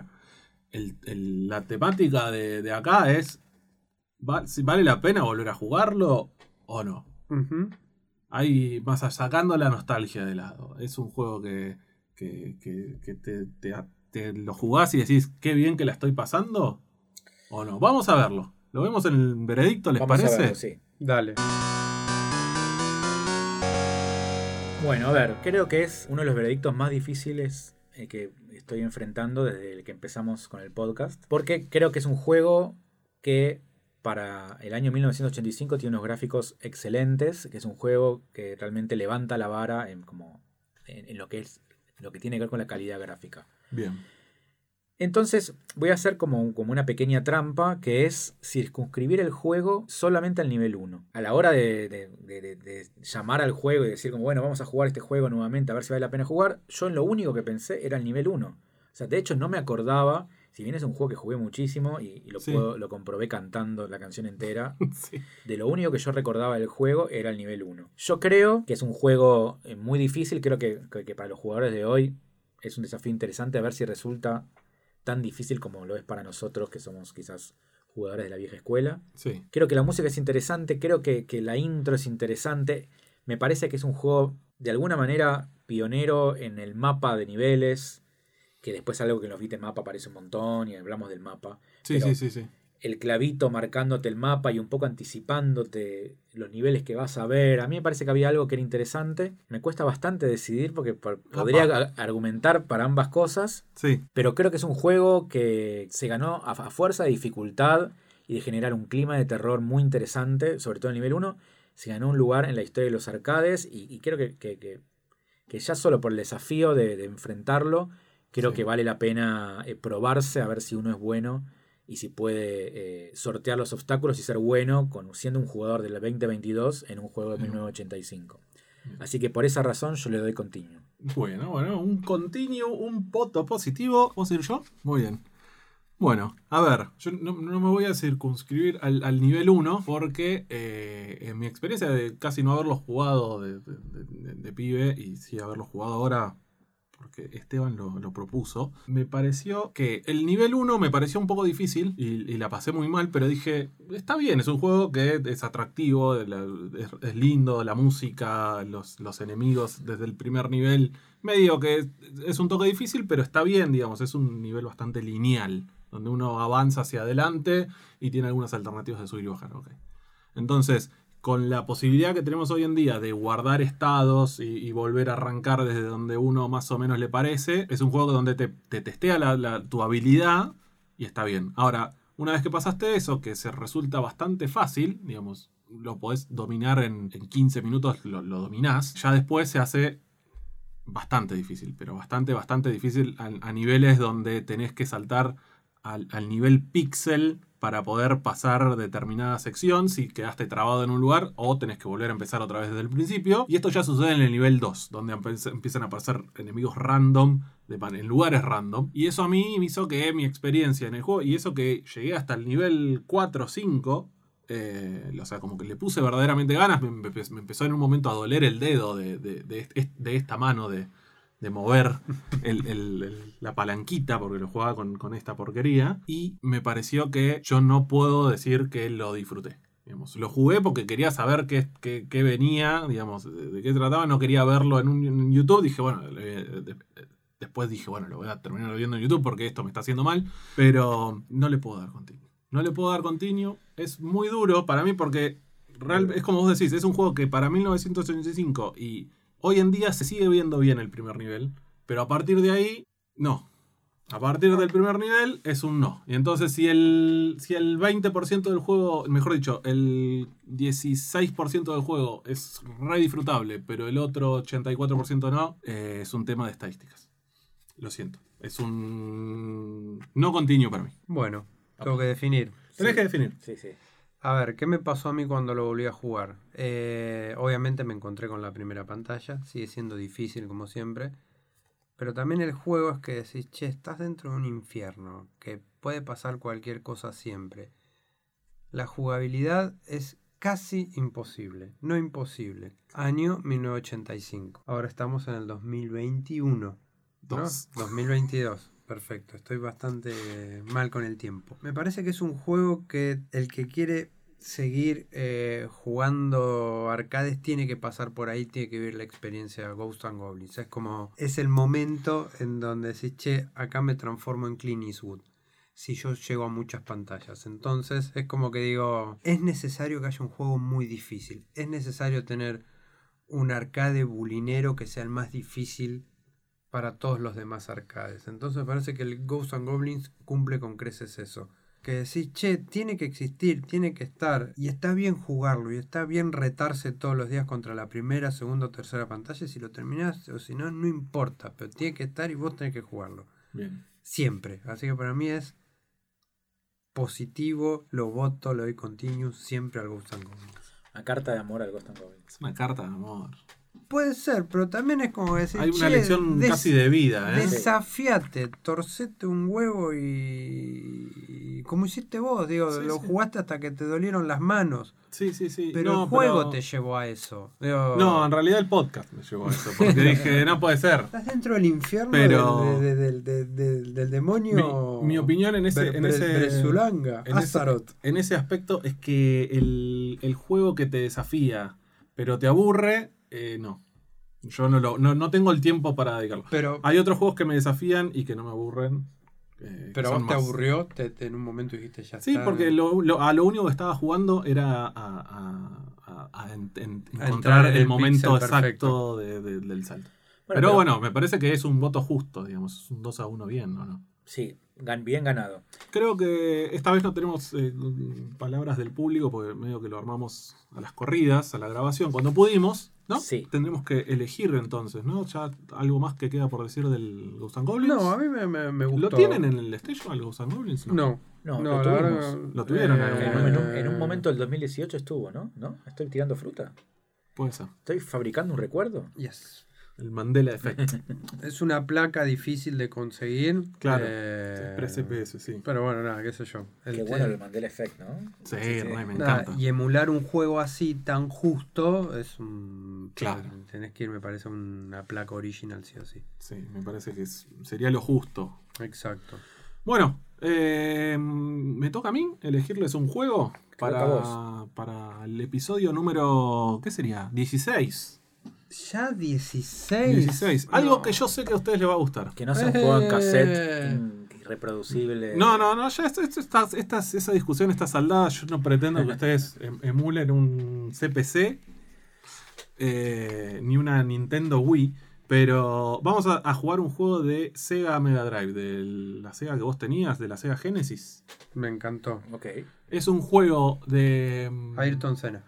La temática de acá es, ¿vale la pena volver a jugarlo o no? Ujú. Hay más sacando la nostalgia de lado. Es un juego que te lo jugás y decís qué bien que la estoy pasando. ¿O no? Vamos a verlo. ¿Lo vemos en el veredicto? ¿Les Vamos parece? a verlo, sí. Dale. Bueno, a ver, creo que es uno de los veredictos más difíciles que estoy enfrentando desde el que empezamos con el podcast. Porque creo que es un juego que para el año 1985 tiene unos gráficos excelentes, que es un juego que realmente levanta la vara en lo que tiene que ver con la calidad gráfica. Bien. Entonces voy a hacer como una pequeña trampa, que es circunscribir el juego solamente al nivel 1. A la hora de llamar al juego y decir como, bueno, vamos a jugar este juego nuevamente a ver si vale la pena jugar, yo en lo único que pensé era el nivel 1. O sea, de hecho no me acordaba, si bien es un juego que jugué muchísimo y lo comprobé cantando la canción entera, Sí. de lo único que yo recordaba del juego era el nivel 1. Yo creo que es un juego muy difícil, creo que para los jugadores de hoy es un desafío interesante a ver si resulta tan difícil como lo es para nosotros, que somos quizás jugadores de la vieja escuela. Sí. Creo que la música es interesante, creo que la intro es interesante. Me parece que es un juego de alguna manera pionero en el mapa de niveles, que después algo que en los beat mapa aparece un montón y hablamos del mapa. Sí. El clavito marcándote el mapa y un poco anticipándote los niveles que vas a ver. A mí me parece que había algo que era interesante. Me cuesta bastante decidir porque podría argumentar para ambas cosas. Sí. Pero creo que es un juego que se ganó a fuerza de dificultad y de generar un clima de terror muy interesante, sobre todo en el nivel 1. Se ganó un lugar en la historia de los arcades y creo que ya solo por el desafío de enfrentarlo, creo que vale la pena probarse a ver si uno es bueno y si puede sortear los obstáculos y ser bueno siendo un jugador del 2022 en un juego de 1985. Así que por esa razón yo le doy continuo. Bueno, un continuo, un voto positivo. ¿Puedo decir yo? Muy bien. Bueno, a ver, yo no me voy a circunscribir al nivel 1 porque en mi experiencia de casi no haberlo jugado de pibe y sí haberlo jugado ahora porque Esteban lo propuso, me pareció que el nivel 1 me pareció un poco difícil y la pasé muy mal, pero dije, está bien, es un juego que es atractivo, es lindo, la música, los enemigos desde el primer nivel, medio que es un toque difícil, pero está bien, digamos, es un nivel bastante lineal, donde uno avanza hacia adelante y tiene algunas alternativas de subir y bajar. Okay. Entonces, con la posibilidad que tenemos hoy en día de guardar estados y volver a arrancar desde donde uno más o menos le parece, es un juego donde te testea tu habilidad y está bien. Ahora, una vez que pasaste eso, que se resulta bastante fácil, digamos, lo podés dominar en 15 minutos, lo dominás, ya después se hace bastante difícil, pero bastante difícil a niveles donde tenés que saltar al nivel píxel para poder pasar determinada sección si quedaste trabado en un lugar o tenés que volver a empezar otra vez desde el principio. Y esto ya sucede en el nivel 2, donde empiezan a aparecer enemigos random en lugares random. Y eso a mí me hizo que mi experiencia en el juego, y eso que llegué hasta el nivel 4 o 5, o sea, como que le puse verdaderamente ganas, me empezó en un momento a doler el dedo de esta mano de mover la palanquita, porque lo jugaba con esta porquería, y me pareció que yo no puedo decir que lo disfruté. Digamos, lo jugué porque quería saber qué venía, digamos, de qué trataba, no quería verlo en YouTube, dije, bueno, después dije, bueno, lo voy a terminar viendo en YouTube porque esto me está haciendo mal, pero no le puedo dar continuo. No le puedo dar continuo, es muy duro para mí porque es como vos decís, es un juego que para 1985 y hoy en día se sigue viendo bien el primer nivel, pero a partir de ahí, no. A partir del primer nivel es un no. Y entonces si el 20% del juego, mejor dicho, el 16% del juego es re disfrutable, pero el otro 84% no, es un tema de estadísticas. Lo siento. Es un no continuo para mí. Bueno, tengo que definir. Tenés que definir. Sí, sí. A ver, ¿qué me pasó a mí cuando lo volví a jugar? Obviamente me encontré con la primera pantalla, sigue siendo difícil como siempre, pero también el juego es que decís, che, estás dentro de un infierno, que puede pasar cualquier cosa siempre. La jugabilidad es casi imposible, no imposible. Año 1985, ahora estamos en el 2021, ¿no? 2022. Perfecto, estoy bastante mal con el tiempo. Me parece que es un juego que el que quiere seguir jugando arcades tiene que pasar por ahí, tiene que vivir la experiencia Ghosts and Goblins. Es como, es el momento en donde decís, che, acá me transformo en Clint Eastwood. Si yo llego a muchas pantallas. Entonces es como que digo, es necesario que haya un juego muy difícil. Es necesario tener un arcade bulinero que sea el más difícil para todos los demás arcades. Entonces me parece que el Ghosts and Goblins cumple con creces eso. Que decís, che, tiene que existir, tiene que estar, y está bien jugarlo, y está bien retarse todos los días contra la primera, segunda o tercera pantalla, si lo terminás o si no, no importa, pero tiene que estar y vos tenés que jugarlo. Bien. Siempre. Así que para mí es positivo, lo voto, lo doy continuo, siempre al Ghosts and Goblins. Una carta de amor al Ghosts and Goblins. Es una carta de amor. Puede ser, pero también es como decir, Hay una che, lección casi de vida, ¿eh? Desafiate, torcete un huevo y como hiciste vos, digo, Sí, lo sí. jugaste hasta que te dolieron las manos. Sí, sí, sí. Pero No, el juego pero- te llevó a eso. Digo, No, en realidad el podcast me llevó a eso. Porque dije, no puede ser. estás dentro del infierno Pero- del demonio. Mi opinión en ese... Bresulanga, en ese- Azaroth. En ese aspecto es que el juego que te desafía, pero te aburre, no. Yo no tengo el tiempo para dedicarlo. Pero, Hay otros juegos que me desafían y que no me aburren. Que pero son vos te más. aburrió, en un momento dijiste ya Sí, está. porque lo único que estaba jugando era a encontrar en el el momento pixel exacto del salto. Pero bueno, me parece que es un voto justo, digamos. Es un 2-1 bien, ¿o no? Sí, bien ganado. Creo que esta vez no tenemos palabras del público porque medio que lo armamos a las corridas, a la grabación, cuando pudimos, ¿no? Sí. Tendremos que elegir entonces, ¿no? Ya algo más que queda por decir del Ghosts and Goblins. No, a mí me gustó. ¿Lo tienen en el Station el Ghosts and Goblins? No. No, No, lo la tuvimos. verdad, Lo tuvieron en algún En, momento. en un momento del 2018 estuvo, ¿no? ¿Estoy tirando fruta? Puede ser. ¿Estoy fabricando un recuerdo? Yes. El Mandela Effect. Es una placa difícil de conseguir. Claro. eh, Pre CPS, sí. Pero bueno, nada, qué sé yo. Qué bueno el Mandela Effect, ¿no? Sí, Sí. re, me Nada, encanta. y emular un juego así tan justo es un... Claro. Tenés que ir, me parece, a una placa original, sí o sí. Sí, me parece que sería lo justo. Exacto. Bueno, me toca a mí elegirles un juego Creo que a vos. para el episodio número, ¿qué sería? 16. Ya 16. 16. Algo que yo sé que a ustedes les va a gustar. Que no sea un juego en cassette irreproducible. No, ya esa discusión está saldada. Yo no pretendo que ustedes emulen un CPC ni una Nintendo Wii. Pero vamos a jugar un juego de Sega Mega Drive, de la Sega que vos tenías, de la Sega Genesis. Me encantó. Ok. Es un juego de Ayrton Senna.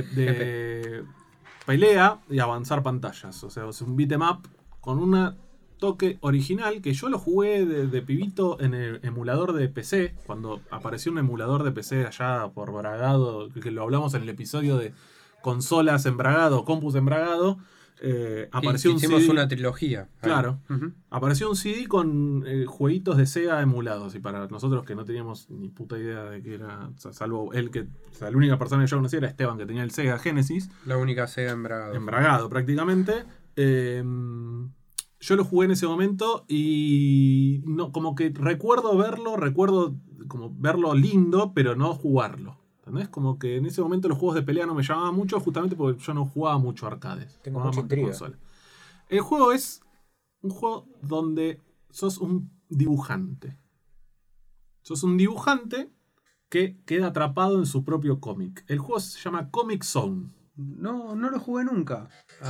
de pelea y avanzar pantallas. O sea, es un beat'em up con un toque original que yo lo jugué de pibito en el emulador de PC. Cuando apareció un emulador de PC allá por Bragado, que lo hablamos en el episodio de consolas en Bragado, compus en Bragado. Apareció un Hicimos CD. una trilogía. Claro. Ujú. Apareció un CD con jueguitos de Sega emulados. Y para nosotros que no teníamos ni puta idea de qué era, o sea, salvo él que. O sea, la única persona que yo conocía era Esteban, que tenía el Sega Genesis, La única Sega en Bragado. embragado prácticamente. Yo lo jugué en ese momento y no, como que recuerdo como verlo lindo, pero no jugarlo. ¿Entendés? Como que en ese momento los juegos de pelea no me llamaban mucho, justamente porque yo no jugaba mucho arcades. Tengo Jugaba mucha más que intriga. consola. El juego es un juego donde sos un dibujante. Sos un dibujante que queda atrapado en su propio cómic. El juego se llama Comic Zone. No lo jugué nunca.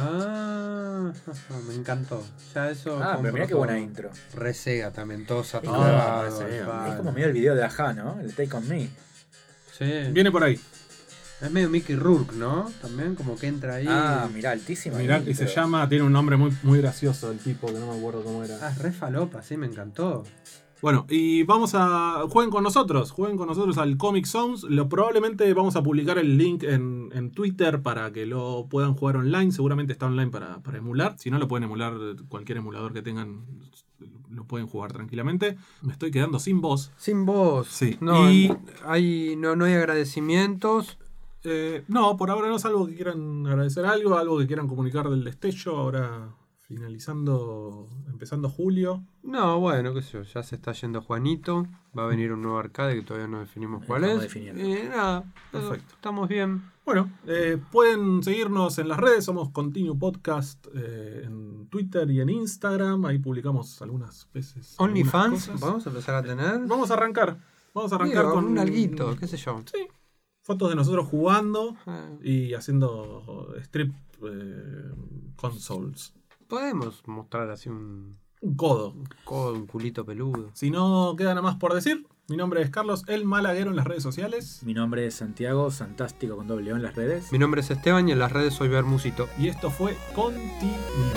Ah, me encantó. Ya eso. Ah, pero compro mirá qué todo. buena intro. Re Sega también, todos como- saturados. re Sega. vale. Es como medio el video de Aja, ¿no? El Take On Me. Sí. Viene por ahí. Es medio Mickey Rourke, ¿no? También como que entra ahí. Ah, mirá, altísima. Mirá, intro. y se llama, tiene un nombre muy, muy gracioso el tipo, que no me acuerdo cómo era. Ah, es re falopa, sí, me encantó. Bueno, y jueguen con nosotros al Comic Zones. Probablemente vamos a publicar el link en Twitter para que lo puedan jugar online. Seguramente está online para emular. Si no, lo pueden emular cualquier emulador que tengan. Lo pueden jugar tranquilamente. Me estoy quedando sin voz. Sin voz. Sí, No, y- no hay agradecimientos. No, por ahora no, salvo que quieran agradecer algo que quieran comunicar del destello. Ahora empezando julio. No, bueno, qué sé yo, ya se está yendo Juanito. Va a venir un nuevo arcade que todavía no definimos cuál Estamos es. definiendo. Nada, Perfecto. estamos bien. Bueno, pueden seguirnos en las redes, somos Continuo Podcast en Twitter y en Instagram, ahí publicamos algunas veces. OnlyFans, cosas. ¿vamos a empezar a tener? Vamos a arrancar Digo, con un alguito, qué sé yo. Sí, fotos de nosotros jugando Eh, y haciendo strip consoles. Podemos mostrar así un Codo. codo, un culito peludo. Si no queda nada más por decir, mi nombre es Carlos el Malaguero en las redes sociales. Mi nombre es Santiago, Santástico con doble O en las redes. Mi nombre es Esteban y en las redes soy Bermusito. Y esto fue Continuo.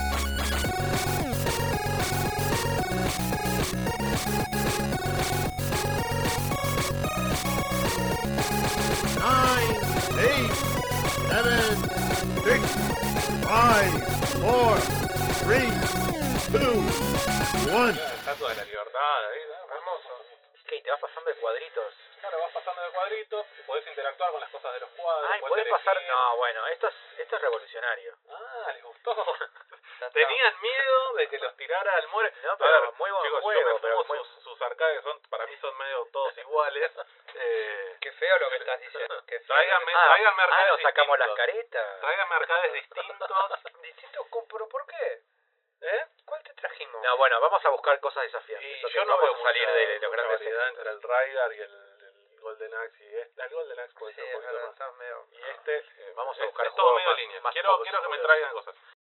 Nine, 8, 7, 6, 5, 4, 3, 2, 1. Estatua de la libertad, ahí, ¿no? Hermoso. ¿Qué? ¿Te vas pasando de cuadritos? Claro, vas pasando de cuadritos, podés interactuar con las cosas de los cuadros. Ay, podés pasar... No, bueno, esto es revolucionario. Ah, les gustó. Tenían miedo de que los tirara al muere. No, A pero ver, muy buen chicos, juego, yo me pero fumo sus arcades, para mí son medio todos iguales. Qué feo lo que estás diciendo. Tráiganme arcades nos sacamos las distintos. caretas. Tráiganme arcades distintos. ¿Distintos? ¿Pero por qué? ¿Eh? ¿Cuál te trajimos? No, bueno, vamos a buscar cosas desafiantes. Y Eso yo que no vamos veo a salir mucha de los grandes variedad éxitos. entre el Rygar y el Golden Axe y este. El Golden Axe puede Sí, ser un es poquito verdad, más. está medio... Y este, vamos a buscar es todo juegos medio más- línea. más Quiero que me obscuros. traigan cosas.